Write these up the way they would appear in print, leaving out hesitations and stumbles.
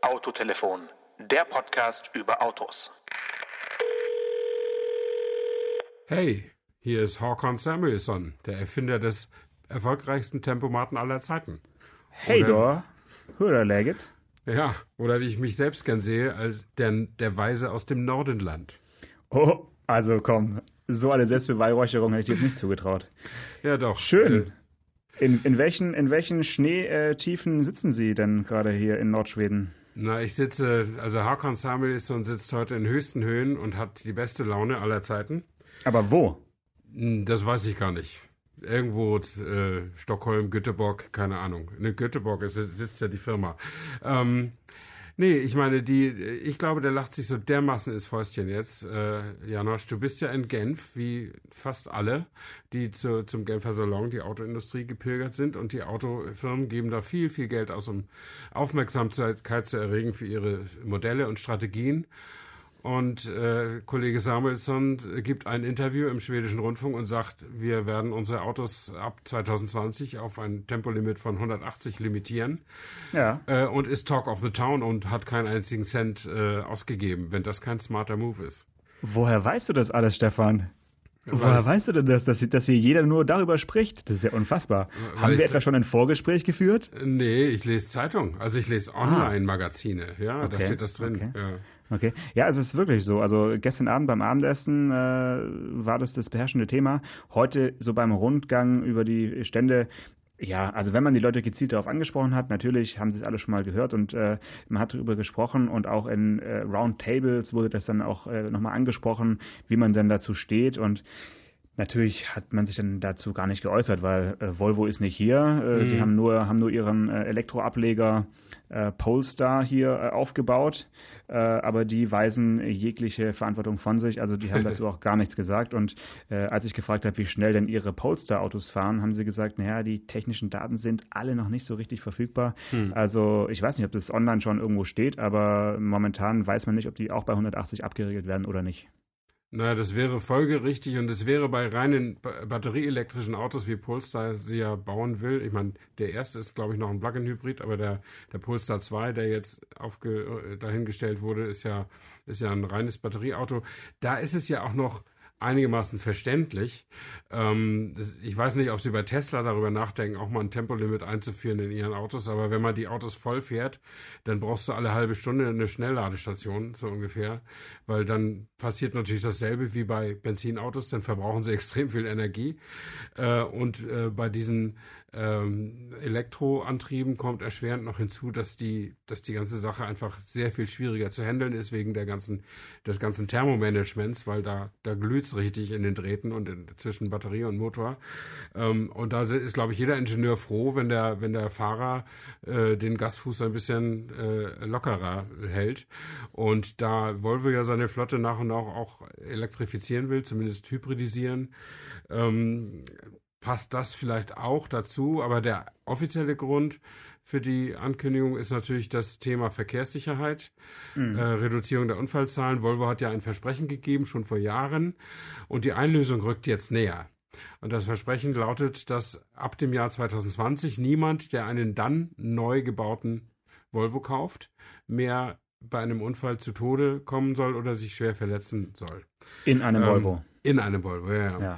Autotelefon, der Podcast über Autos. Hey, hier ist Håkan Samuelsson, der Erfinder des erfolgreichsten Tempomaten aller Zeiten. Hey da, hur läget? Ja, oder wie ich mich selbst gern sehe, als der Weise aus dem Nordenland. Oh, also komm, so eine Selbstbeweihräucherung hätte ich dir jetzt nicht zugetraut. Ja doch. Schön. In welchen Schneetiefen sitzen Sie denn gerade hier in Nordschweden? Also Håkan Samuelsson sitzt heute in höchsten Höhen und hat die beste Laune aller Zeiten. Aber wo? Das weiß ich gar nicht. Irgendwo Stockholm, Göteborg, keine Ahnung. Ne, Göteborg sitzt ja die Firma. Ich glaube, der lacht sich so dermaßen ins Fäustchen jetzt. Janosch, du bist ja in Genf, wie fast alle, die zum Genfer Salon, die Autoindustrie, gepilgert sind. Und die Autofirmen geben da viel, viel Geld aus, um Aufmerksamkeit zu erregen für ihre Modelle und Strategien. Und Kollege Samuelsson gibt ein Interview im schwedischen Rundfunk und sagt, wir werden unsere Autos ab 2020 auf ein Tempolimit von 180 limitieren. Ja. Und ist Talk of the Town und hat keinen einzigen Cent ausgegeben, wenn das kein smarter Move ist. Woher weißt du das alles, Stefan? Woher weißt du denn das, dass hier jeder nur darüber spricht? Das ist ja unfassbar. Haben wir etwa schon ein Vorgespräch geführt? Nee, ich lese Zeitung. Also ich lese Online-Magazine. Ja, okay. Da steht das drin. Okay. Ja. Okay. Ja, es ist wirklich so. Also gestern Abend beim Abendessen war das beherrschende Thema. Heute so beim Rundgang über die Stände. Ja, also wenn man die Leute gezielt darauf angesprochen hat, natürlich haben sie es alle schon mal gehört und man hat darüber gesprochen und auch in Roundtables wurde das dann auch nochmal angesprochen, wie man denn dazu steht und natürlich hat man sich dann dazu gar nicht geäußert, weil Volvo ist nicht hier. Die haben nur ihren Elektroableger Polestar hier aufgebaut, aber die weisen jegliche Verantwortung von sich. Also die haben dazu auch gar nichts gesagt. Und als ich gefragt habe, wie schnell denn ihre Polestar-Autos fahren, haben sie gesagt, naja, die technischen Daten sind alle noch nicht so richtig verfügbar. Also ich weiß nicht, ob das online schon irgendwo steht, aber momentan weiß man nicht, ob die auch bei 180 abgeregelt werden oder nicht. Na, das wäre folgerichtig und es wäre bei reinen batterieelektrischen Autos, wie Polestar sie ja bauen will. Ich meine, der erste ist, glaube ich, noch ein Plug-in-Hybrid, aber der Polestar 2, der jetzt dahingestellt wurde, ist ja ein reines Batterieauto. Da ist es ja auch noch einigermaßen verständlich. Ich weiß nicht, ob Sie bei Tesla darüber nachdenken, auch mal ein Tempolimit einzuführen in ihren Autos, aber wenn man die Autos voll fährt, dann brauchst du alle halbe Stunde eine Schnellladestation, so ungefähr, weil dann passiert natürlich dasselbe wie bei Benzinautos, dann verbrauchen sie extrem viel Energie und bei diesen Elektroantrieben kommt erschwerend noch hinzu, dass die ganze Sache einfach sehr viel schwieriger zu handeln ist wegen des ganzen Thermomanagements, weil da glüht's richtig in den Drähten und zwischen Batterie und Motor. Und da ist, glaube ich, jeder Ingenieur froh, wenn der Fahrer den Gasfuß ein bisschen lockerer hält. Und da Volvo ja seine Flotte nach und nach auch elektrifizieren will, zumindest hybridisieren, passt das vielleicht auch dazu, aber der offizielle Grund für die Ankündigung ist natürlich das Thema Verkehrssicherheit, Reduzierung der Unfallzahlen. Volvo hat ja ein Versprechen gegeben, schon vor Jahren, und die Einlösung rückt jetzt näher. Und das Versprechen lautet, dass ab dem Jahr 2020 niemand, der einen dann neu gebauten Volvo kauft, mehr bei einem Unfall zu Tode kommen soll oder sich schwer verletzen soll. In einem Volvo. In einem Volvo, ja.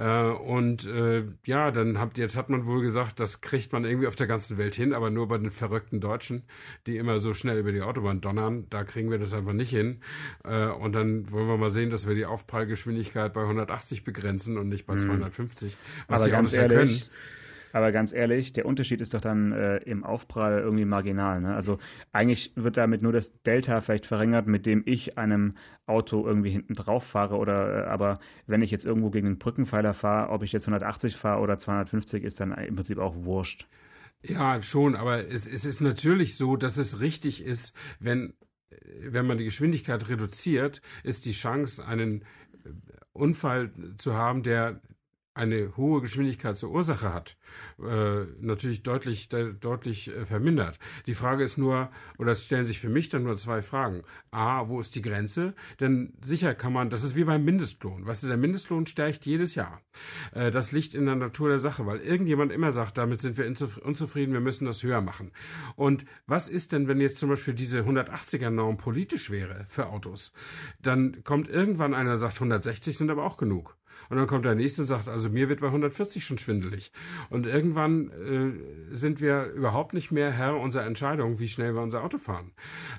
Jetzt hat man wohl gesagt, das kriegt man irgendwie auf der ganzen Welt hin, aber nur bei den verrückten Deutschen, die immer so schnell über die Autobahn donnern, da kriegen wir das einfach nicht hin. Und dann wollen wir mal sehen, dass wir die Aufprallgeschwindigkeit bei 180 begrenzen und nicht bei 250, was aber die Autos ja können. Aber ganz ehrlich, der Unterschied ist doch dann im Aufprall irgendwie marginal. Ne? Also eigentlich wird damit nur das Delta vielleicht verringert, mit dem ich einem Auto irgendwie hinten drauf fahre. Aber wenn ich jetzt irgendwo gegen den Brückenpfeiler fahre, ob ich jetzt 180 fahre oder 250, ist dann im Prinzip auch wurscht. Ja, schon, aber es ist natürlich so, dass es richtig ist, wenn man die Geschwindigkeit reduziert, ist die Chance, einen Unfall zu haben, der eine hohe Geschwindigkeit zur Ursache hat, natürlich deutlich vermindert. Die Frage ist nur, oder es stellen sich für mich dann nur zwei Fragen. A, wo ist die Grenze? Denn sicher kann man, das ist wie beim Mindestlohn. Weißt du, der Mindestlohn steigt jedes Jahr. Das liegt in der Natur der Sache, weil irgendjemand immer sagt, damit sind wir unzufrieden, wir müssen das höher machen. Und was ist denn, wenn jetzt zum Beispiel diese 180er-Norm politisch wäre für Autos? Dann kommt irgendwann einer und sagt, 160 sind aber auch genug. Und dann kommt der Nächste und sagt, also mir wird bei 140 schon schwindelig. Und irgendwann sind wir überhaupt nicht mehr Herr unserer Entscheidung, wie schnell wir unser Auto fahren.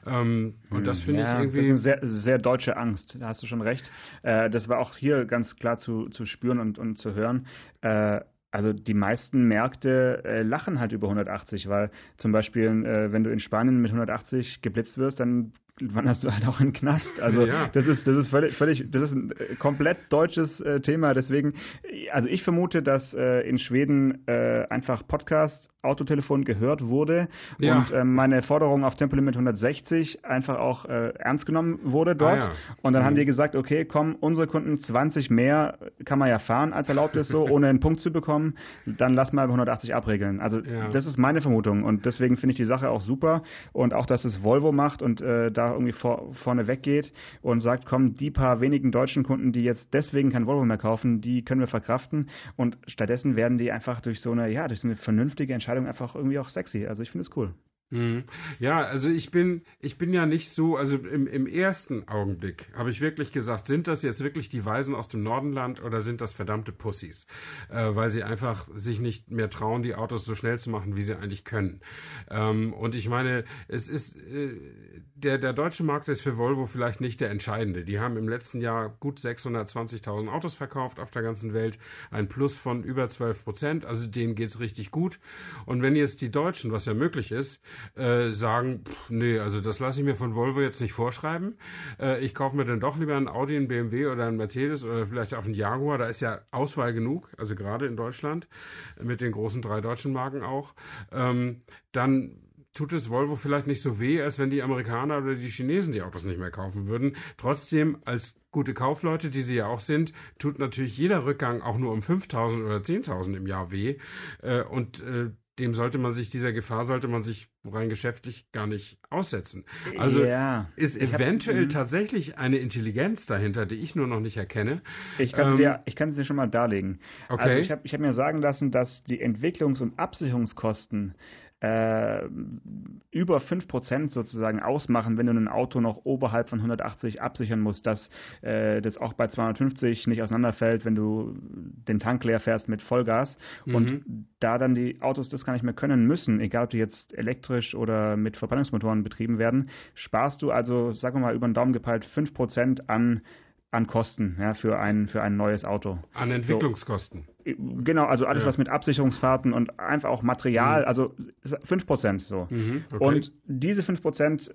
Und das finde ich irgendwie... Das ist eine sehr, sehr deutsche Angst, da hast du schon recht. Das war auch hier ganz klar zu spüren und zu hören. Also die meisten Märkte lachen halt über 180, weil zum Beispiel, wenn du in Spanien mit 180 geblitzt wirst, dann wanderst du halt auch in den Knast. Also ja. das ist völlig, das ist ein komplett deutsches Thema. Deswegen, also ich vermute, dass in Schweden einfach Podcast, Autotelefon gehört wurde und meine Forderung auf Tempolimit 160 einfach auch ernst genommen wurde dort. Und dann haben die gesagt, okay, komm, unsere Kunden 20 mehr kann man ja fahren, als erlaubt ist so, ohne einen Punkt zu bekommen, dann lass mal 180 abregeln. Also das ist meine Vermutung und deswegen finde ich die Sache auch super und auch, dass es Volvo macht und da irgendwie vorne weggeht und sagt, komm, die paar wenigen deutschen Kunden, die jetzt deswegen kein Volvo mehr kaufen, die können wir verkraften und stattdessen werden die einfach durch so eine vernünftige Entscheidung einfach irgendwie auch sexy. Also ich finde es cool. Ja, also ich bin ja nicht so, also im ersten Augenblick habe ich wirklich gesagt, sind das jetzt wirklich die Weisen aus dem Nordenland oder sind das verdammte Pussys? Weil sie einfach sich nicht mehr trauen, die Autos so schnell zu machen, wie sie eigentlich können. Und ich meine, es ist, der deutsche Markt ist für Volvo vielleicht nicht der entscheidende. Die haben im letzten Jahr gut 620.000 Autos verkauft auf der ganzen Welt, ein Plus von über 12%, also denen geht's richtig gut. Und wenn jetzt die Deutschen, was ja möglich ist, sagen, nee, also das lasse ich mir von Volvo jetzt nicht vorschreiben. Ich kaufe mir dann doch lieber einen Audi, einen BMW oder einen Mercedes oder vielleicht auch einen Jaguar. Da ist ja Auswahl genug, also gerade in Deutschland, mit den großen 3 deutschen Marken auch. Dann tut es Volvo vielleicht nicht so weh, als wenn die Amerikaner oder die Chinesen die Autos nicht mehr kaufen würden. Trotzdem, als gute Kaufleute, die sie ja auch sind, tut natürlich jeder Rückgang auch nur um 5.000 oder 10.000 im Jahr weh. Dieser Gefahr sollte man sich rein geschäftlich gar nicht aussetzen. Also ist eventuell tatsächlich eine Intelligenz dahinter, die ich nur noch nicht erkenne. Ich kann es dir schon mal darlegen. Okay. Also ich hab mir sagen lassen, dass die Entwicklungs- und Absicherungskosten über 5% sozusagen ausmachen, wenn du ein Auto noch oberhalb von 180 absichern musst, dass das auch bei 250 nicht auseinanderfällt, wenn du den Tank leer fährst mit Vollgas. Und da dann die Autos das gar nicht mehr können müssen, egal ob die jetzt elektrisch oder mit Verbrennungsmotoren betrieben werden, sparst du also, sagen wir mal, über den Daumen gepeilt 5% an Kosten, ja, für ein neues Auto. An Entwicklungskosten. So, genau, also alles, was mit Absicherungsfahrten und einfach auch Material, also 5% so. Okay. Und diese 5%,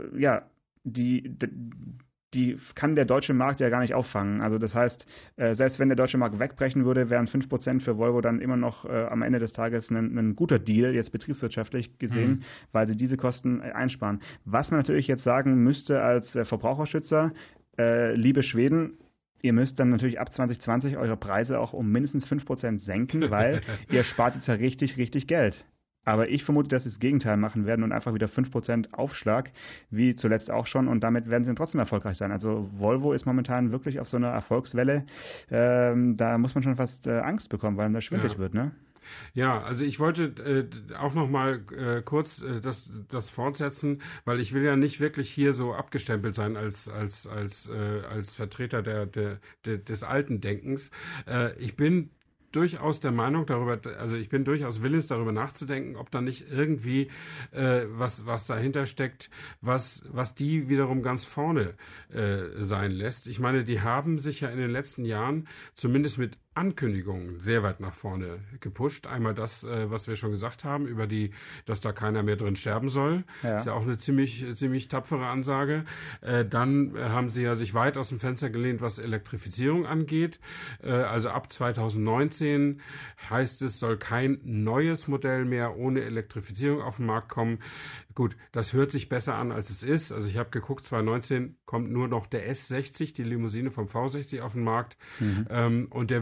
die kann der deutsche Markt ja gar nicht auffangen. Also das heißt, selbst wenn der deutsche Markt wegbrechen würde, wären 5% für Volvo dann immer noch am Ende des Tages ein guter Deal, jetzt betriebswirtschaftlich gesehen, weil sie diese Kosten einsparen. Was man natürlich jetzt sagen müsste als Verbraucherschützer, liebe Schweden, ihr müsst dann natürlich ab 2020 eure Preise auch um mindestens 5% senken, weil ihr spart jetzt ja richtig, richtig Geld. Aber ich vermute, dass sie das Gegenteil machen werden und einfach wieder 5% Aufschlag, wie zuletzt auch schon, und damit werden sie dann trotzdem erfolgreich sein. Also Volvo ist momentan wirklich auf so einer Erfolgswelle, da muss man schon fast Angst bekommen, weil das schwierig wird, ne? Ja, also ich wollte auch noch mal kurz das fortsetzen, weil ich will ja nicht wirklich hier so abgestempelt sein als Vertreter des alten Denkens. Ich bin durchaus der Meinung ich bin durchaus willens darüber nachzudenken, ob da nicht irgendwie was dahinter steckt, was die wiederum ganz vorne sein lässt. Ich meine, die haben sich ja in den letzten Jahren zumindest mit Ankündigungen sehr weit nach vorne gepusht. Einmal das, was wir schon gesagt haben, dass da keiner mehr drin sterben soll. Ja. Ist ja auch eine ziemlich tapfere Ansage. Dann haben sie ja sich weit aus dem Fenster gelehnt, was Elektrifizierung angeht. Also ab 2019 heißt es, soll kein neues Modell mehr ohne Elektrifizierung auf den Markt kommen. Gut, das hört sich besser an, als es ist. Also ich habe geguckt, 2019 kommt nur noch der S60, die Limousine vom V60 auf den Markt. Und der wird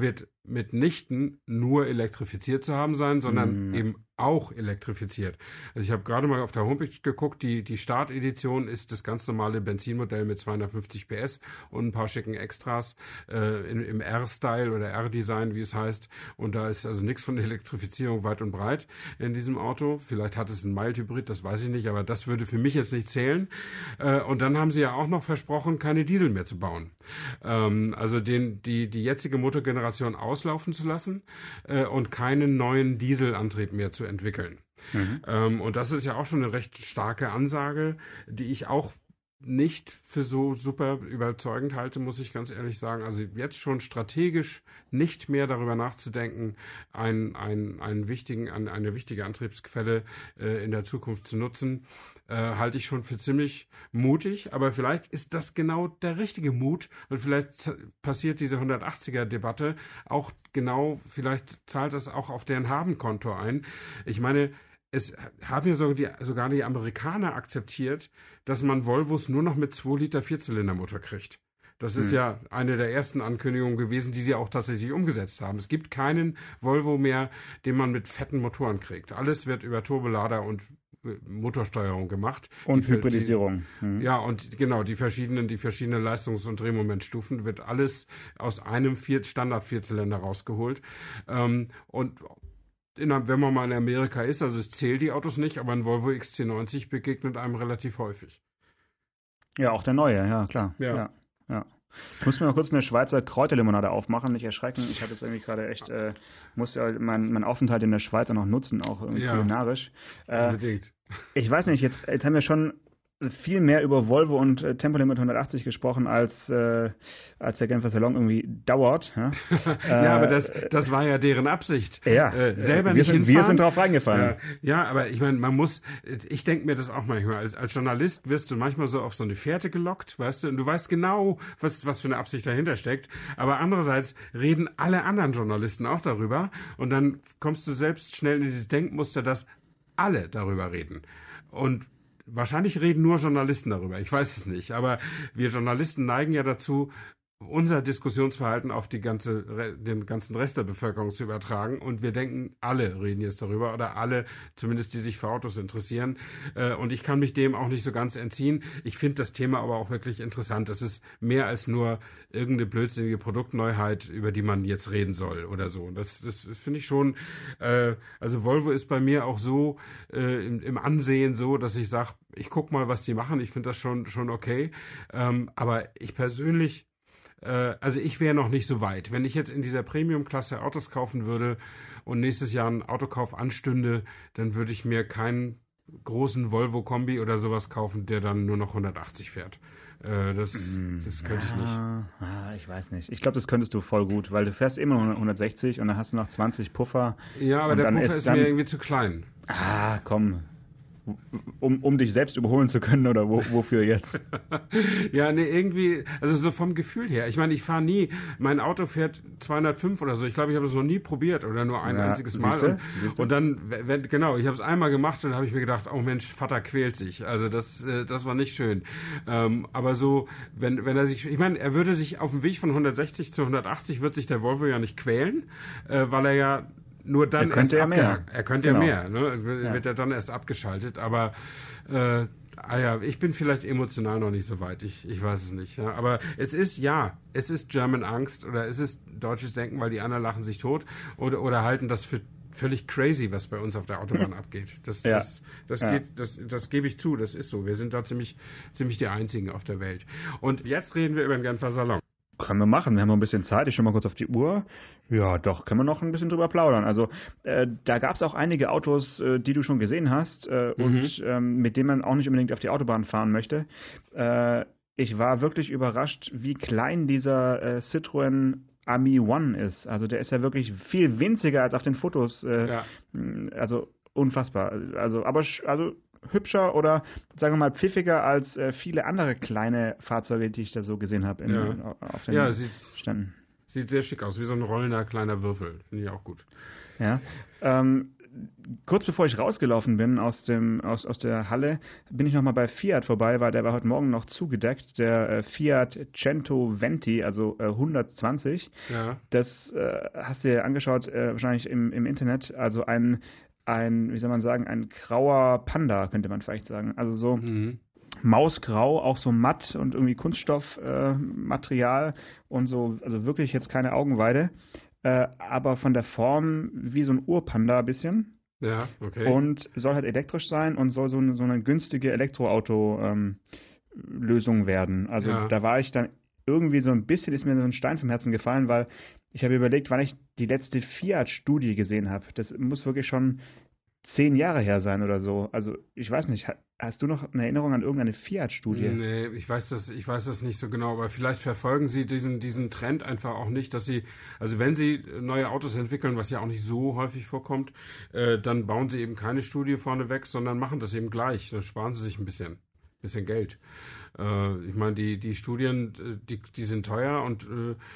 mitnichten nur elektrifiziert zu haben sein, sondern eben auch elektrifiziert. Also ich habe gerade mal auf der Homepage geguckt, die Startedition ist das ganz normale Benzinmodell mit 250 PS und ein paar schicken Extras im R-Style oder R-Design, wie es heißt. Und da ist also nichts von Elektrifizierung weit und breit in diesem Auto. Vielleicht hat es ein Mild-Hybrid, das weiß ich nicht, aber das würde für mich jetzt nicht zählen. Und dann haben sie ja auch noch versprochen, keine Diesel mehr zu bauen. Also die jetzige Motorgeneration auslaufen zu lassen und keinen neuen Dieselantrieb mehr zu entwickeln. Und das ist ja auch schon eine recht starke Ansage, die ich auch nicht für so super überzeugend halte, muss ich ganz ehrlich sagen. Also jetzt schon strategisch nicht mehr darüber nachzudenken, eine wichtige Antriebsquelle in der Zukunft zu nutzen, halte ich schon für ziemlich mutig. Aber vielleicht ist das genau der richtige Mut und vielleicht passiert diese 180er-Debatte auch genau, vielleicht zahlt das auch auf deren Habenkonto ein. Ich meine, es haben ja sogar die Amerikaner akzeptiert, dass man Volvos nur noch mit 2 Liter Vierzylindermotor kriegt. Das ist ja eine der ersten Ankündigungen gewesen, die sie auch tatsächlich umgesetzt haben. Es gibt keinen Volvo mehr, den man mit fetten Motoren kriegt. Alles wird über Turbolader und Motorsteuerung gemacht. Und Hybridisierung. Ja, und genau, die verschiedenen Leistungs- und Drehmomentstufen wird alles aus einem Standard-Vierzylinder rausgeholt. Und wenn man mal in Amerika ist, also es zählt die Autos nicht, aber ein Volvo XC90 begegnet einem relativ häufig. Ja, auch der neue, ja, klar. Ja. Ich muss mir mal kurz eine Schweizer Kräuterlimonade aufmachen, nicht erschrecken. Ich habe jetzt irgendwie gerade echt, muss ja meinen Aufenthalt in der Schweiz auch noch nutzen, auch kulinarisch. Unbedingt. Ich weiß nicht, jetzt haben wir schon viel mehr über Volvo und Tempolimit 180 gesprochen, als der Genfer Salon irgendwie dauert. Ja, ja, aber das war ja deren Absicht. Ja, selber nicht hinfahren. Wir sind drauf reingefallen. Ja, aber ich meine, ich denke mir das auch manchmal, als Journalist wirst du manchmal so auf so eine Fährte gelockt, weißt du, und du weißt genau, was für eine Absicht dahinter steckt, aber andererseits reden alle anderen Journalisten auch darüber und dann kommst du selbst schnell in dieses Denkmuster, dass alle darüber reden. Und wahrscheinlich reden nur Journalisten darüber, ich weiß es nicht, aber wir Journalisten neigen ja dazu, unser Diskussionsverhalten auf den ganzen Rest der Bevölkerung zu übertragen und wir denken, alle reden jetzt darüber oder alle, zumindest die sich für Autos interessieren und ich kann mich dem auch nicht so ganz entziehen. Ich finde das Thema aber auch wirklich interessant. Es ist mehr als nur irgendeine blödsinnige Produktneuheit, über die man jetzt reden soll oder so. Das finde ich schon, also Volvo ist bei mir auch so im Ansehen so, dass ich sage, ich gucke mal, was die machen. Ich finde das schon okay, aber ich persönlich, also ich wäre noch nicht so weit. Wenn ich jetzt in dieser Premium-Klasse Autos kaufen würde und nächstes Jahr einen Autokauf anstünde, dann würde ich mir keinen großen Volvo-Kombi oder sowas kaufen, der dann nur noch 180 fährt. Das könnte ich nicht. Ich weiß nicht. Ich glaube, das könntest du voll gut, weil du fährst immer noch 160 und dann hast du noch 20 Puffer. Ja, aber der Puffer ist mir irgendwie zu klein. Komm. Um dich selbst überholen zu können oder wofür jetzt? Ja, nee, irgendwie, also so vom Gefühl her. Ich meine, ich fahre nie, mein Auto fährt 205 oder so. Ich glaube, ich habe es noch nie probiert oder nur ein einziges Mal. Siehste? Und dann, genau, ich habe es einmal gemacht und dann habe ich mir gedacht, oh Mensch, Vater quält sich. Also das war nicht schön. Aber so, wenn er sich, ich meine, er würde sich auf dem Weg von 160 zu 180 wird sich der Volvo ja nicht quälen, weil er ja nur dann erst abgehakt. Er könnte genau. ja mehr, ne? Wird er dann erst abgeschaltet. Aber ich bin vielleicht emotional noch nicht so weit. Ich weiß es nicht. Ja? Aber es ist German Angst oder es ist deutsches Denken, weil die anderen lachen sich tot oder halten das für völlig crazy, was bei uns auf der Autobahn abgeht. Das gebe ich zu, das ist so. Wir sind da ziemlich die Einzigen auf der Welt. Und jetzt reden wir über den Genfer Salon. Können wir machen. Wir haben noch ein bisschen Zeit. Ich schaue mal kurz auf die Uhr. Ja, doch, können wir noch ein bisschen drüber plaudern. Also da gab es auch einige Autos, die du schon gesehen hast und mit denen man auch nicht unbedingt auf die Autobahn fahren möchte. Ich war wirklich überrascht, wie klein dieser Citroën Ami One ist. Also der ist ja wirklich viel winziger als auf den Fotos. Also unfassbar. Also hübscher oder sagen wir mal pfiffiger als viele andere kleine Fahrzeuge, die ich da so gesehen habe auf den Ständen. Sieht sehr schick aus, wie so ein rollender kleiner Würfel. Finde ich auch gut. Ja. kurz bevor ich rausgelaufen bin aus der Halle, bin ich nochmal bei Fiat vorbei, weil der war heute Morgen noch zugedeckt, der Fiat Centoventi, also 120. Ja. Das hast du dir angeschaut, wahrscheinlich im Internet, also ein, wie soll man sagen, ein grauer Panda, könnte man vielleicht sagen. Also so mausgrau, auch so matt und irgendwie Kunststoffmaterial und so, also wirklich jetzt keine Augenweide, aber von der Form wie so ein Urpanda ein bisschen. Ja, okay. Und soll halt elektrisch sein und soll so eine günstige Elektroauto-Lösung werden. Also da war ich dann irgendwie so ein bisschen, ist mir so ein Stein vom Herzen gefallen, weil ich habe überlegt, wann ich die letzte Fiat-Studie gesehen habe. Das muss wirklich schon 10 Jahre her sein oder so. Also ich weiß nicht, hast du noch eine Erinnerung an irgendeine Fiat-Studie? Nee, ich weiß das nicht so genau, aber vielleicht verfolgen sie diesen Trend einfach auch nicht, dass sie, also wenn sie neue Autos entwickeln, was ja auch nicht so häufig vorkommt, dann bauen sie eben keine Studie vorneweg, sondern machen das eben gleich. Dann sparen sie sich ein bisschen Geld. Ich meine, die Studien, die sind teuer und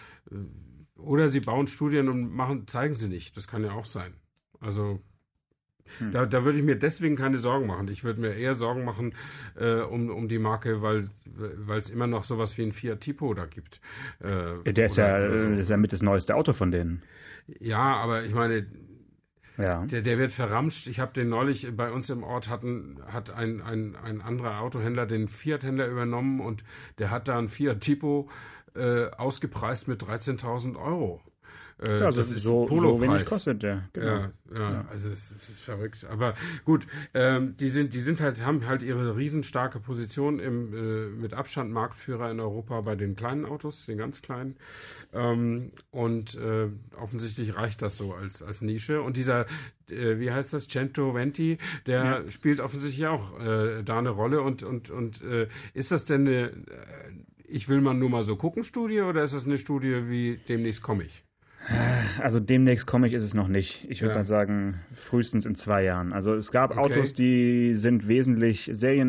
oder sie bauen Studien und zeigen sie nicht. Das kann ja auch sein. Also da würde ich mir deswegen keine Sorgen machen. Ich würde mir eher Sorgen machen um die Marke, weil es immer noch sowas wie ein Fiat Tipo da gibt. Der ist ja mit das neueste Auto von denen. Ja, aber ich meine, ja. Der wird verramscht. Ich habe den neulich bei uns im Ort hat ein anderer Autohändler den Fiat-Händler übernommen und der hat da ein Fiat Tipo ausgepreist mit 13.000 €. Ja, das ist so wenig kostet der. Genau. Ja, also es ist verrückt. Aber gut, haben halt ihre riesenstarke Position mit Abstand Marktführer in Europa bei den kleinen Autos, den ganz kleinen. Und offensichtlich reicht das so als Nische. Und dieser, wie heißt das, Centoventi, der spielt offensichtlich auch da eine Rolle. Und ist das denn eine, ich will mal nur mal so gucken Studie oder ist das eine Studie wie demnächst komme ich? Also demnächst komme ist es noch nicht. Ich würde mal sagen, frühestens in 2 Jahren. Also es gab Autos, die sind wesentlich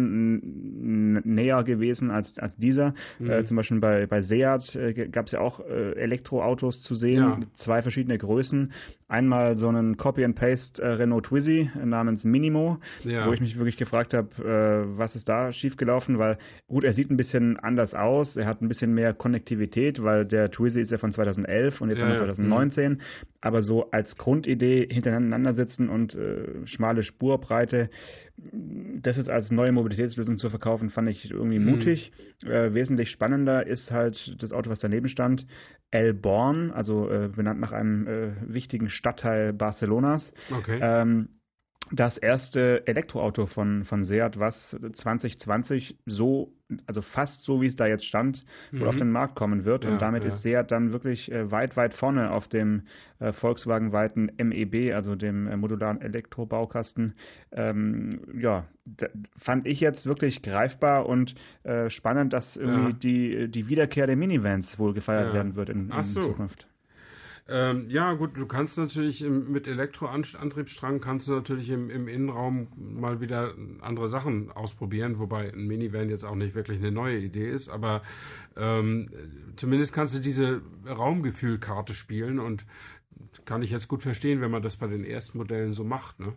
seriennäher gewesen als dieser. Zum Beispiel bei Seat gab es ja auch Elektroautos zu sehen, 2 verschiedene Größen. Einmal so einen Copy-and-Paste Renault Twizy namens Minimo, wo ich mich wirklich gefragt habe, was ist da schiefgelaufen, weil gut, er sieht ein bisschen anders aus, er hat ein bisschen mehr Konnektivität, weil der Twizy ist ja von 2011 und jetzt haben wir 2019, aber so als Grundidee hintereinander sitzen und schmale Spurbreite, das ist als neue Mobilitätslösung zu verkaufen, fand ich irgendwie mutig. Wesentlich spannender ist halt das Auto, was daneben stand, El Born, also benannt nach einem wichtigen Stadtteil Barcelonas. Okay. Das erste Elektroauto von Seat, was 2020 also fast so, wie es da jetzt stand, wohl auf den Markt kommen wird. Und damit ist Seat dann wirklich weit vorne auf dem Volkswagen-weiten MEB, also dem modularen Elektrobaukasten. Fand ich jetzt wirklich greifbar und spannend, dass irgendwie die Wiederkehr der Minivans wohl gefeiert werden wird in Zukunft. Ja, gut, du kannst natürlich mit Elektroantriebsstrang kannst du natürlich im Innenraum mal wieder andere Sachen ausprobieren, wobei ein Minivan jetzt auch nicht wirklich eine neue Idee ist, aber zumindest kannst du diese Raumgefühlkarte spielen und kann ich jetzt gut verstehen, wenn man das bei den ersten Modellen so macht, ne?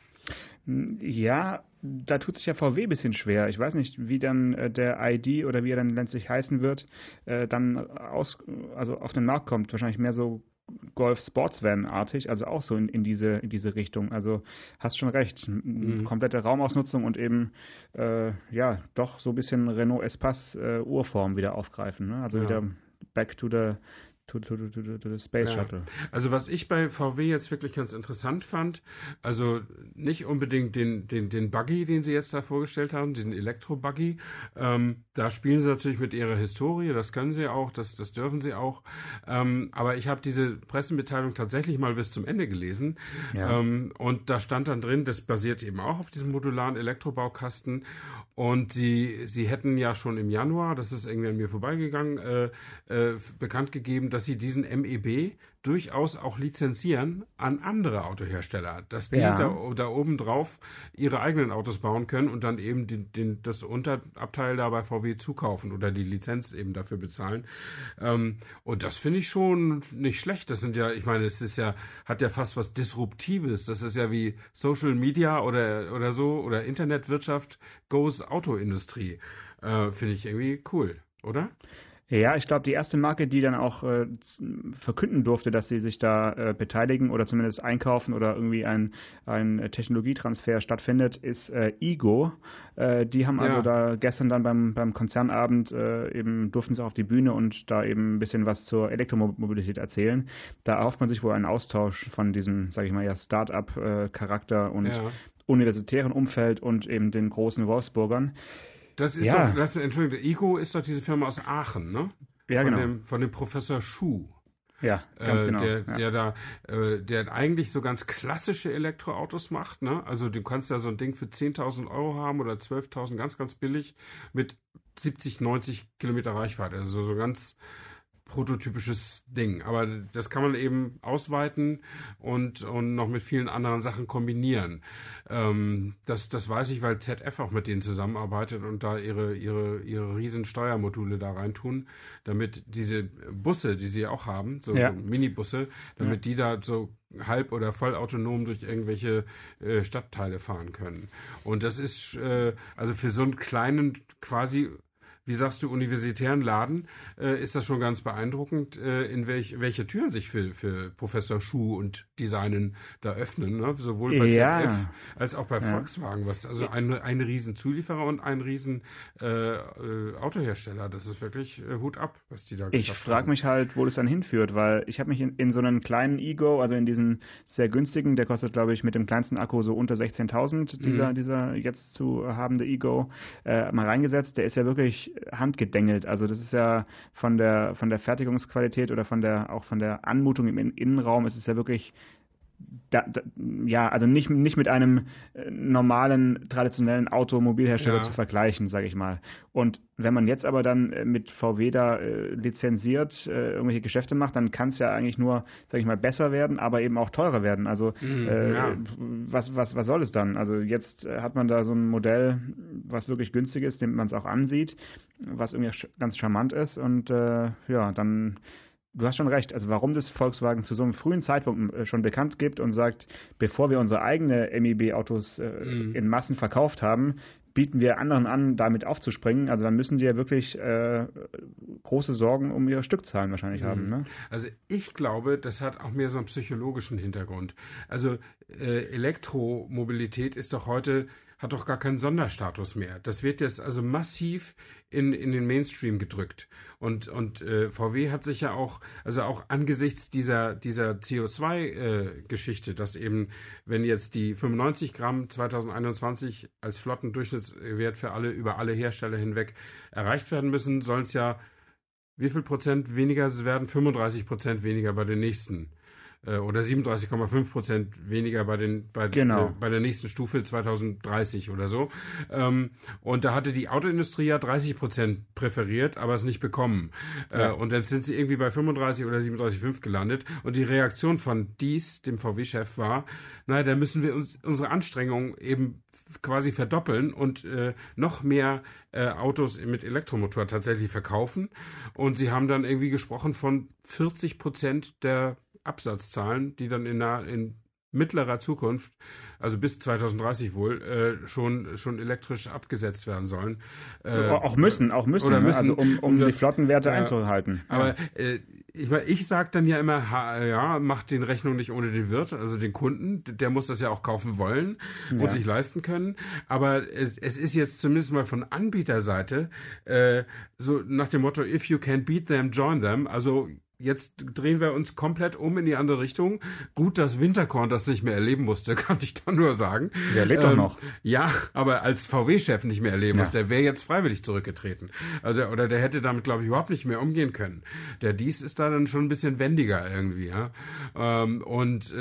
Ja, da tut sich ja VW ein bisschen schwer. Ich weiß nicht, wie dann der ID oder wie er dann letztlich heißen wird, dann also auf den Markt kommt. Wahrscheinlich mehr so Golf Sportsvan-artig, also auch so in diese Richtung. Also hast schon recht, komplette Raumausnutzung und eben doch so ein bisschen Renault Espace Urform wieder aufgreifen. Ne? Also wieder back to the Space Shuttle. Also was ich bei VW jetzt wirklich ganz interessant fand, also nicht unbedingt den Buggy, den sie jetzt da vorgestellt haben, diesen Elektro-Buggy, da spielen sie natürlich mit ihrer Historie, das können sie auch, das dürfen sie auch, aber ich habe diese Pressemitteilung tatsächlich mal bis zum Ende gelesen und da stand dann drin, das basiert eben auch auf diesem modularen Elektrobaukasten und sie hätten ja schon im Januar, das ist irgendwie an mir vorbeigegangen, bekannt gegeben, dass sie diesen MEB durchaus auch lizenzieren an andere Autohersteller, dass die da oben drauf ihre eigenen Autos bauen können und dann eben das Unterabteil da bei VW zukaufen oder die Lizenz eben dafür bezahlen. Und das finde ich schon nicht schlecht. Das sind ja, ich meine, hat ja fast was Disruptives. Das ist ja wie Social Media oder so oder Internetwirtschaft goes Autoindustrie. Finde ich irgendwie cool, oder? Ja, ich glaube, die erste Marke, die dann auch verkünden durfte, dass sie sich da beteiligen oder zumindest einkaufen oder irgendwie ein Technologietransfer stattfindet, ist Igo. Die haben also da gestern dann beim Konzernabend eben durften sie auf die Bühne und da eben ein bisschen was zur Elektromobilität erzählen. Da erhofft man sich wohl einen Austausch von diesem, sage ich mal, Start-up-Charakter und universitären Umfeld und eben den großen Wolfsburgern. Das ist doch, Entschuldigung, Igo ist doch diese Firma aus Aachen, ne? Ja, Von dem Professor Schuh. Ja, ganz genau. Der eigentlich so ganz klassische Elektroautos macht, ne? Also du kannst ja so ein Ding für 10.000 Euro haben oder 12.000, ganz, ganz billig, mit 70, 90 Kilometer Reichweite. Also so ganz prototypisches Ding. Aber das kann man eben ausweiten und noch mit vielen anderen Sachen kombinieren. Das weiß ich, weil ZF auch mit denen zusammenarbeitet und da ihre riesen Steuermodule da reintun, damit diese Busse, die sie auch haben, so Minibusse, damit die da so halb- oder vollautonom durch irgendwelche Stadtteile fahren können. Und das ist also für so einen kleinen quasi, wie sagst du, universitären Laden, ist das schon ganz beeindruckend, in welche Türen sich für Professor Schuh und Designen da öffnen, ne? Sowohl bei ZF als auch bei Volkswagen, also ein riesen Zulieferer und ein riesen Autohersteller. Das ist wirklich Hut ab, was die da geschafft haben. Ich frage mich halt, wo das dann hinführt, weil ich habe mich in so einen kleinen Ego, also in diesen sehr günstigen, der kostet, glaube ich, mit dem kleinsten Akku so unter 16.000, dieser jetzt zu habende Ego, mal reingesetzt. Der ist ja wirklich handgedengelt. Also das ist ja von der Fertigungsqualität oder von der Anmutung im Innenraum ist es ja wirklich also nicht mit einem normalen, traditionellen Automobilhersteller zu vergleichen, sage ich mal. Und wenn man jetzt aber dann mit VW da lizenziert irgendwelche Geschäfte macht, dann kann es ja eigentlich nur, sage ich mal, besser werden, aber eben auch teurer werden. Also was soll es dann? Also jetzt hat man da so ein Modell, was wirklich günstig ist, dem man es auch ansieht, was irgendwie ganz charmant ist und dann. Du hast schon recht. Also warum das Volkswagen zu so einem frühen Zeitpunkt schon bekannt gibt und sagt, bevor wir unsere eigene MEB-Autos in Massen verkauft haben, bieten wir anderen an, damit aufzuspringen. Also dann müssen die ja wirklich große Sorgen um ihre Stückzahlen wahrscheinlich haben. Ne? Also ich glaube, das hat auch mehr so einen psychologischen Hintergrund. Also Elektromobilität hat doch gar keinen Sonderstatus mehr. Das wird jetzt also massiv in den Mainstream gedrückt. Und VW hat sich ja auch angesichts dieser CO2-Geschichte, dass eben, wenn jetzt die 95 Gramm 2021 als Flottendurchschnittswert für über alle Hersteller hinweg erreicht werden müssen, sollen es ja wie viel Prozent weniger werden? 35% weniger bei den nächsten. Oder 37,5% weniger bei der nächsten Stufe 2030 oder so. Und da hatte die Autoindustrie ja 30% präferiert, aber es nicht bekommen. Und dann sind sie irgendwie bei 35 oder 37,5 gelandet. Und die Reaktion von Diess, dem VW-Chef, war, da müssen wir unsere Anstrengungen eben quasi verdoppeln und noch mehr Autos mit Elektromotor tatsächlich verkaufen. Und sie haben dann irgendwie gesprochen von 40% der Absatzzahlen, die dann in mittlerer Zukunft, also bis 2030 wohl, schon elektrisch abgesetzt werden sollen. Auch müssen, oder müssen, also um die Flottenwerte einzuhalten. Aber ich sage dann ja immer, macht den Rechnung nicht ohne den Wirt, also den Kunden, der muss das ja auch kaufen wollen und sich leisten können. Aber es ist jetzt zumindest mal von Anbieterseite so nach dem Motto, if you can beat them, join them, also jetzt drehen wir uns komplett um in die andere Richtung. Gut, dass Winterkorn das nicht mehr erleben musste, kann ich da nur sagen. Der lebt doch noch. Ja, aber als VW-Chef nicht mehr erleben muss. Der wäre jetzt freiwillig zurückgetreten. Also, oder der hätte damit, glaube ich, überhaupt nicht mehr umgehen können. Der Diess ist da dann schon ein bisschen wendiger irgendwie. Ja? Und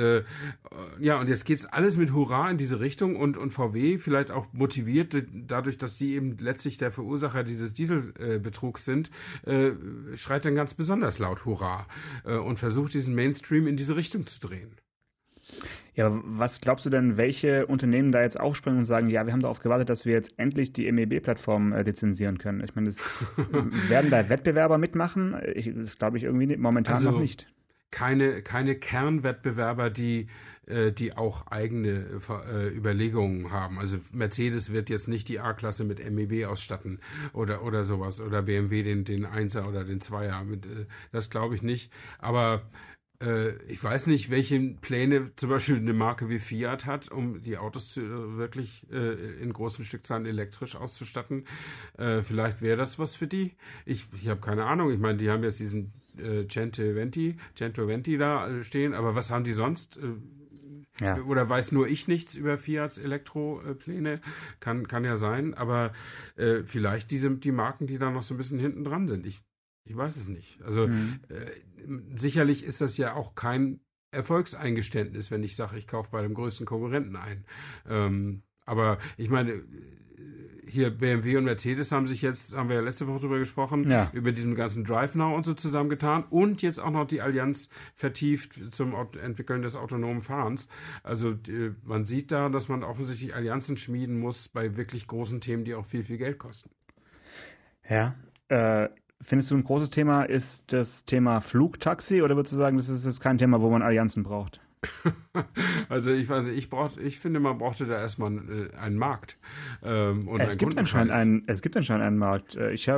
jetzt geht's alles mit Hurra in diese Richtung und VW vielleicht auch motiviert dadurch, dass sie eben letztlich der Verursacher dieses Dieselbetrugs sind, schreit dann ganz besonders laut Hurra. war und versucht, diesen Mainstream in diese Richtung zu drehen. Ja, was glaubst du denn, welche Unternehmen da jetzt aufspringen und sagen, ja, wir haben darauf gewartet, dass wir jetzt endlich die MEB-Plattform lizenzieren können? Ich meine, werden da Wettbewerber mitmachen? Das glaube ich irgendwie momentan noch nicht. Keine Kernwettbewerber, die auch eigene Überlegungen haben. Also Mercedes wird jetzt nicht die A-Klasse mit MEB ausstatten oder sowas. Oder BMW den 1er oder den 2er. Das glaube ich nicht. Aber ich weiß nicht, welche Pläne zum Beispiel eine Marke wie Fiat hat, um die Autos wirklich in großen Stückzahlen elektrisch auszustatten. Vielleicht wäre das was für die. Ich habe keine Ahnung. Ich meine, die haben jetzt diesen Cento Venti da stehen, aber was haben die sonst? Oder weiß nur ich nichts über Fiats Elektropläne? Kann ja sein, aber vielleicht die Marken, die da noch so ein bisschen hinten dran sind. Ich weiß es nicht. Also sicherlich ist das ja auch kein Erfolgseingeständnis, wenn ich sage, ich kaufe bei dem größten Konkurrenten ein. Aber ich meine, hier BMW und Mercedes haben wir ja letzte Woche drüber gesprochen, über diesen ganzen Drive Now und so zusammengetan und jetzt auch noch die Allianz vertieft zum Entwickeln des autonomen Fahrens. Also man sieht da, dass man offensichtlich Allianzen schmieden muss bei wirklich großen Themen, die auch viel, viel Geld kosten. Ja, findest du, ein großes Thema ist das Thema Flugtaxi oder würdest du sagen, das ist jetzt kein Thema, wo man Allianzen braucht? Also ich weiß nicht, ich finde, man brauchte da erstmal einen Markt und einen Kundenkreis. Es gibt anscheinend einen Markt.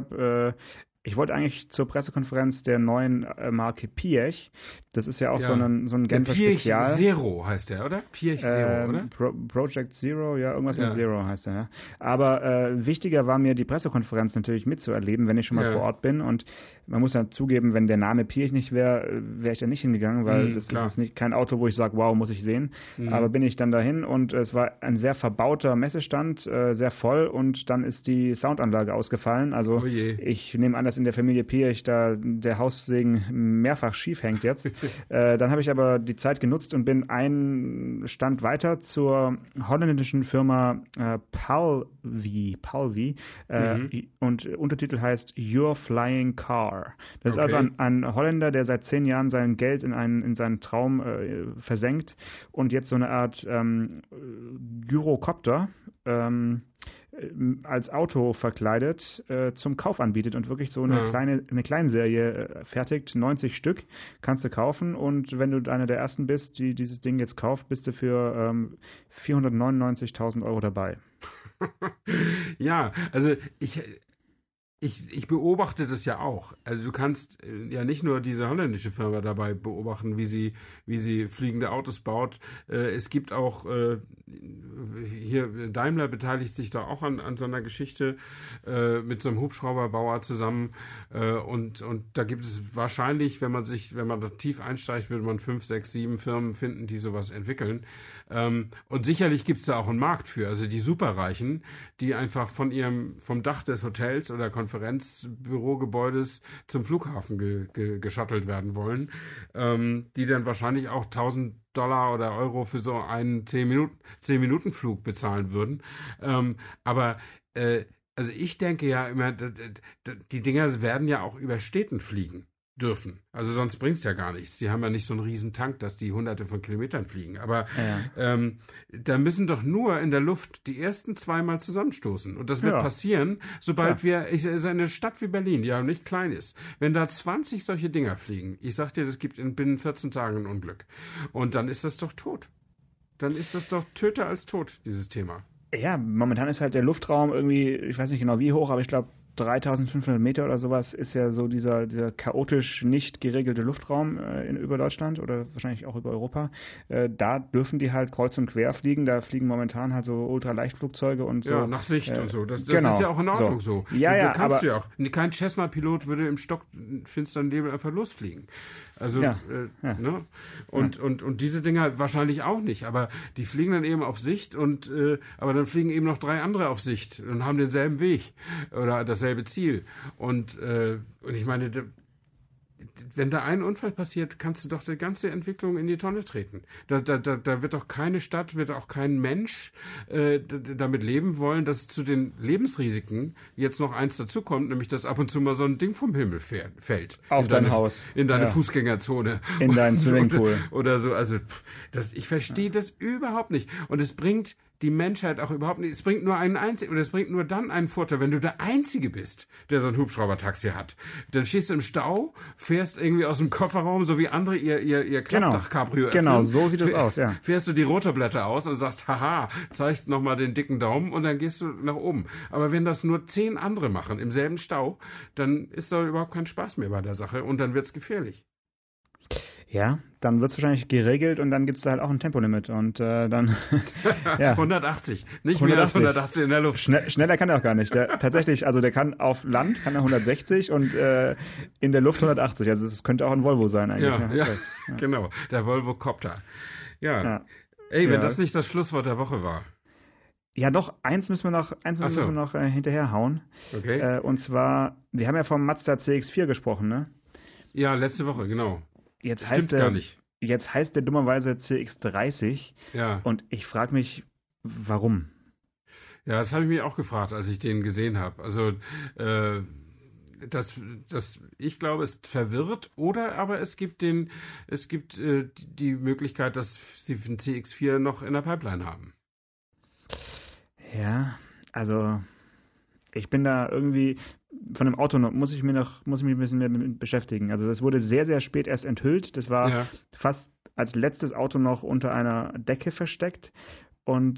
Ich wollte eigentlich zur Pressekonferenz der neuen Marke Piech. Das ist ja auch so ein Genfer Spezial. Piech Zero heißt der, oder? Piech Zero, oder? Project Zero, ja, irgendwas mit Zero heißt der, ja. Aber wichtiger war mir, die Pressekonferenz natürlich mitzuerleben, wenn ich schon mal vor Ort bin. Und man muss ja zugeben, wenn der Name Piech nicht wäre, wäre ich da nicht hingegangen, weil das ist nicht kein Auto, wo ich sage, wow, muss ich sehen. Aber bin ich dann dahin und es war ein sehr verbauter Messestand, sehr voll und dann ist die Soundanlage ausgefallen. Also ich nehme an, dass in der Familie Piech da der Haussegen mehrfach schief hängt jetzt. Dann habe ich aber die Zeit genutzt und bin einen Stand weiter zur holländischen Firma Palvi und Untertitel heißt Your Flying Car. Das ist also ein Holländer, der seit 10 Jahren sein Geld in seinen Traum versenkt und jetzt so eine Art Gyrocopter als Auto verkleidet zum Kauf anbietet und wirklich so eine Kleinserie fertigt, 90 Stück kannst du kaufen und wenn du einer der ersten bist, die dieses Ding jetzt kauft, bist du für 499.000 Euro dabei. Ja, also ich beobachte das ja auch. Also du kannst ja nicht nur diese holländische Firma dabei beobachten, wie sie fliegende Autos baut. Es gibt auch hier Daimler beteiligt sich da auch an so einer Geschichte mit so einem Hubschrauberbauer zusammen. Und da gibt es wahrscheinlich, wenn man da tief einsteigt, würde man 5, 6, 7 Firmen finden, die sowas entwickeln. Und sicherlich gibt es da auch einen Markt für. Also die Superreichen, die einfach vom Dach des Hotels oder Konferenzbürogebäudes zum Flughafen geschuttelt werden wollen, die dann wahrscheinlich auch $1.000 oder Euro für so einen 10-Minuten-Flug bezahlen würden. Also ich denke ja immer, die Dinger werden ja auch über Städten fliegen dürfen. Also sonst bringt es ja gar nichts. Die haben ja nicht so einen riesen Tank, dass die hunderte von Kilometern fliegen. Aber da müssen doch nur in der Luft die ersten 2 Mal zusammenstoßen. Und das wird passieren, sobald es ist eine Stadt wie Berlin, die ja nicht klein ist. Wenn da 20 solche Dinger fliegen, ich sag dir, das gibt binnen 14 Tagen ein Unglück. Und dann ist das doch tot. Dann ist das doch töter als tot, dieses Thema. Ja, momentan ist halt der Luftraum irgendwie, ich weiß nicht genau wie hoch, aber ich glaube 3.500 Meter oder sowas ist ja so dieser chaotisch nicht geregelte Luftraum über Deutschland oder wahrscheinlich auch über Europa. Da dürfen die halt kreuz und quer fliegen. Da fliegen momentan halt so Ultraleichtflugzeuge und so. Ja, nach Sicht und so. Das ist ja auch in Ordnung so. Ja, kannst du ja auch. Kein Cessna-Pilot würde im stockfinsteren Nebel einfach losfliegen. Also, ne? Und diese Dinger wahrscheinlich auch nicht. Aber die fliegen dann eben auf Sicht aber dann fliegen eben noch 3 andere auf Sicht und haben denselben Weg oder dasselbe Ziel. Und ich meine, wenn da ein Unfall passiert, kannst du doch die ganze Entwicklung in die Tonne treten. Da wird doch keine Stadt, wird auch kein Mensch damit leben wollen, dass zu den Lebensrisiken jetzt noch eins dazukommt, nämlich dass ab und zu mal so ein Ding vom Himmel fällt. Auf dein Haus. In deine Fußgängerzone. In deinen Swimmingpool. Oder so. Also ich verstehe das überhaupt nicht. Und es bringt die Menschheit auch überhaupt nicht. Es bringt nur einen einzigen, oder es bringt nur dann einen Vorteil, wenn du der Einzige bist, der so ein Hubschraubertaxi hat. Dann stehst du im Stau, fährst irgendwie aus dem Kofferraum, so wie andere ihr Klappdach-Cabrio öffnen. Genau, so sieht es aus, ja. Fährst du die Rotorblätter aus und sagst, haha, zeigst nochmal den dicken Daumen und dann gehst du nach oben. Aber wenn das nur 10 andere machen im selben Stau, dann ist da überhaupt kein Spaß mehr bei der Sache und dann wird's gefährlich. Ja, dann wird es wahrscheinlich geregelt und dann gibt es da halt auch ein Tempolimit und dann ja. 180, nicht 180. Mehr als 180 in der Luft. Schneller kann er auch gar nicht. Tatsächlich, also der kann auf Land kann er 160 und in der Luft 180. Also es könnte auch ein Volvo sein eigentlich. Ja, genau, der Volvo Copter. Ja. Ey, wenn das nicht das Schlusswort der Woche war. Ja, doch, eins müssen wir noch hinterherhauen. Okay. Und zwar, wir haben ja vom Mazda CX-4 gesprochen, ne? Ja, letzte Woche, genau. Jetzt stimmt gar nicht. Jetzt heißt der dummerweise CX-30. Ja. Und ich frage mich, warum? Ja, das habe ich mich auch gefragt, als ich den gesehen habe. Also, ich glaube, es verwirrt, aber es gibt die Möglichkeit, dass sie den CX-4 noch in der Pipeline haben. Ja, also ich bin da irgendwie, von dem Auto muss ich mich ein bisschen mehr mit beschäftigen. Also das wurde sehr, sehr spät erst enthüllt. Das war fast als letztes Auto noch unter einer Decke versteckt. Und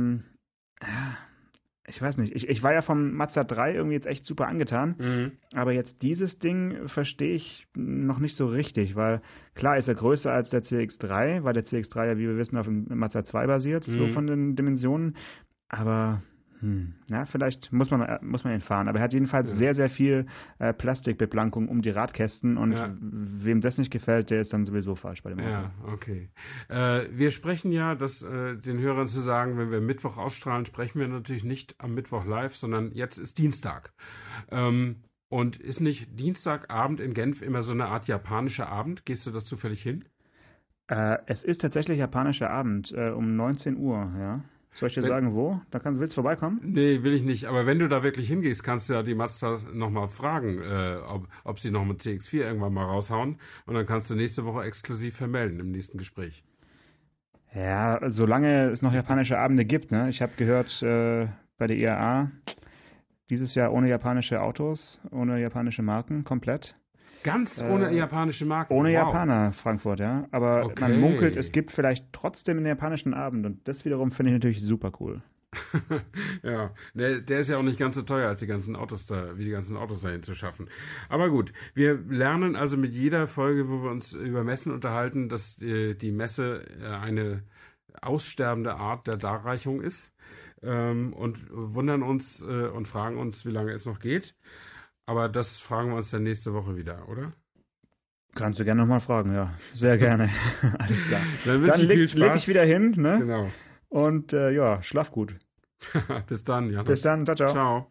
ich weiß nicht, ich war ja vom Mazda 3 irgendwie jetzt echt super angetan. Mhm. Aber jetzt dieses Ding verstehe ich noch nicht so richtig, weil klar ist er größer als der CX-3, weil der CX-3 ja, wie wir wissen, auf dem Mazda 2 basiert, so von den Dimensionen. Aber vielleicht muss man ihn fahren. Aber er hat jedenfalls sehr, sehr viel Plastikbeplankung um die Radkästen und wem das nicht gefällt, der ist dann sowieso falsch bei dem Auto. Ja, okay. Wir sprechen ja, den Hörern zu sagen, wenn wir Mittwoch ausstrahlen, sprechen wir natürlich nicht am Mittwoch live, sondern jetzt ist Dienstag. Und ist nicht Dienstagabend in Genf immer so eine Art japanischer Abend? Gehst du da zufällig hin? Es ist tatsächlich japanischer Abend um 19 Uhr, ja. Soll ich dir sagen, wo? Willst du vorbeikommen? Nee, will ich nicht. Aber wenn du da wirklich hingehst, kannst du ja die Mazdas nochmal fragen, ob sie noch mit CX-4 irgendwann mal raushauen. Und dann kannst du nächste Woche exklusiv vermelden im nächsten Gespräch. Ja, solange es noch japanische Abende gibt, ne? Ich habe gehört, bei der IAA, dieses Jahr ohne japanische Autos, ohne japanische Marken, komplett. Ganz ohne japanische Marken? Ohne Japaner, Frankfurt, ja. Aber man munkelt, es gibt vielleicht trotzdem einen japanischen Abend. Und das wiederum finde ich natürlich super cool. Ja, der ist ja auch nicht ganz so teuer, als die ganzen Autos dahin zu schaffen. Aber gut, wir lernen also mit jeder Folge, wo wir uns über Messen unterhalten, dass die Messe eine aussterbende Art der Darreichung ist. Und wundern uns und fragen uns, wie lange es noch geht. Aber das fragen wir uns dann nächste Woche wieder, oder? Kannst du gerne nochmal fragen, ja. Sehr gerne. Alles klar. Dann wünsche ich viel Spaß. Leg ich wieder hin, ne? Genau. Und schlaf gut. Bis dann, Janusz. Bis dann, ciao, ciao. Ciao.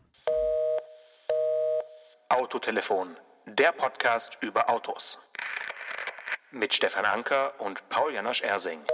Autotelefon, der Podcast über Autos. Mit Stefan Anker und Paul Janosch Ersing.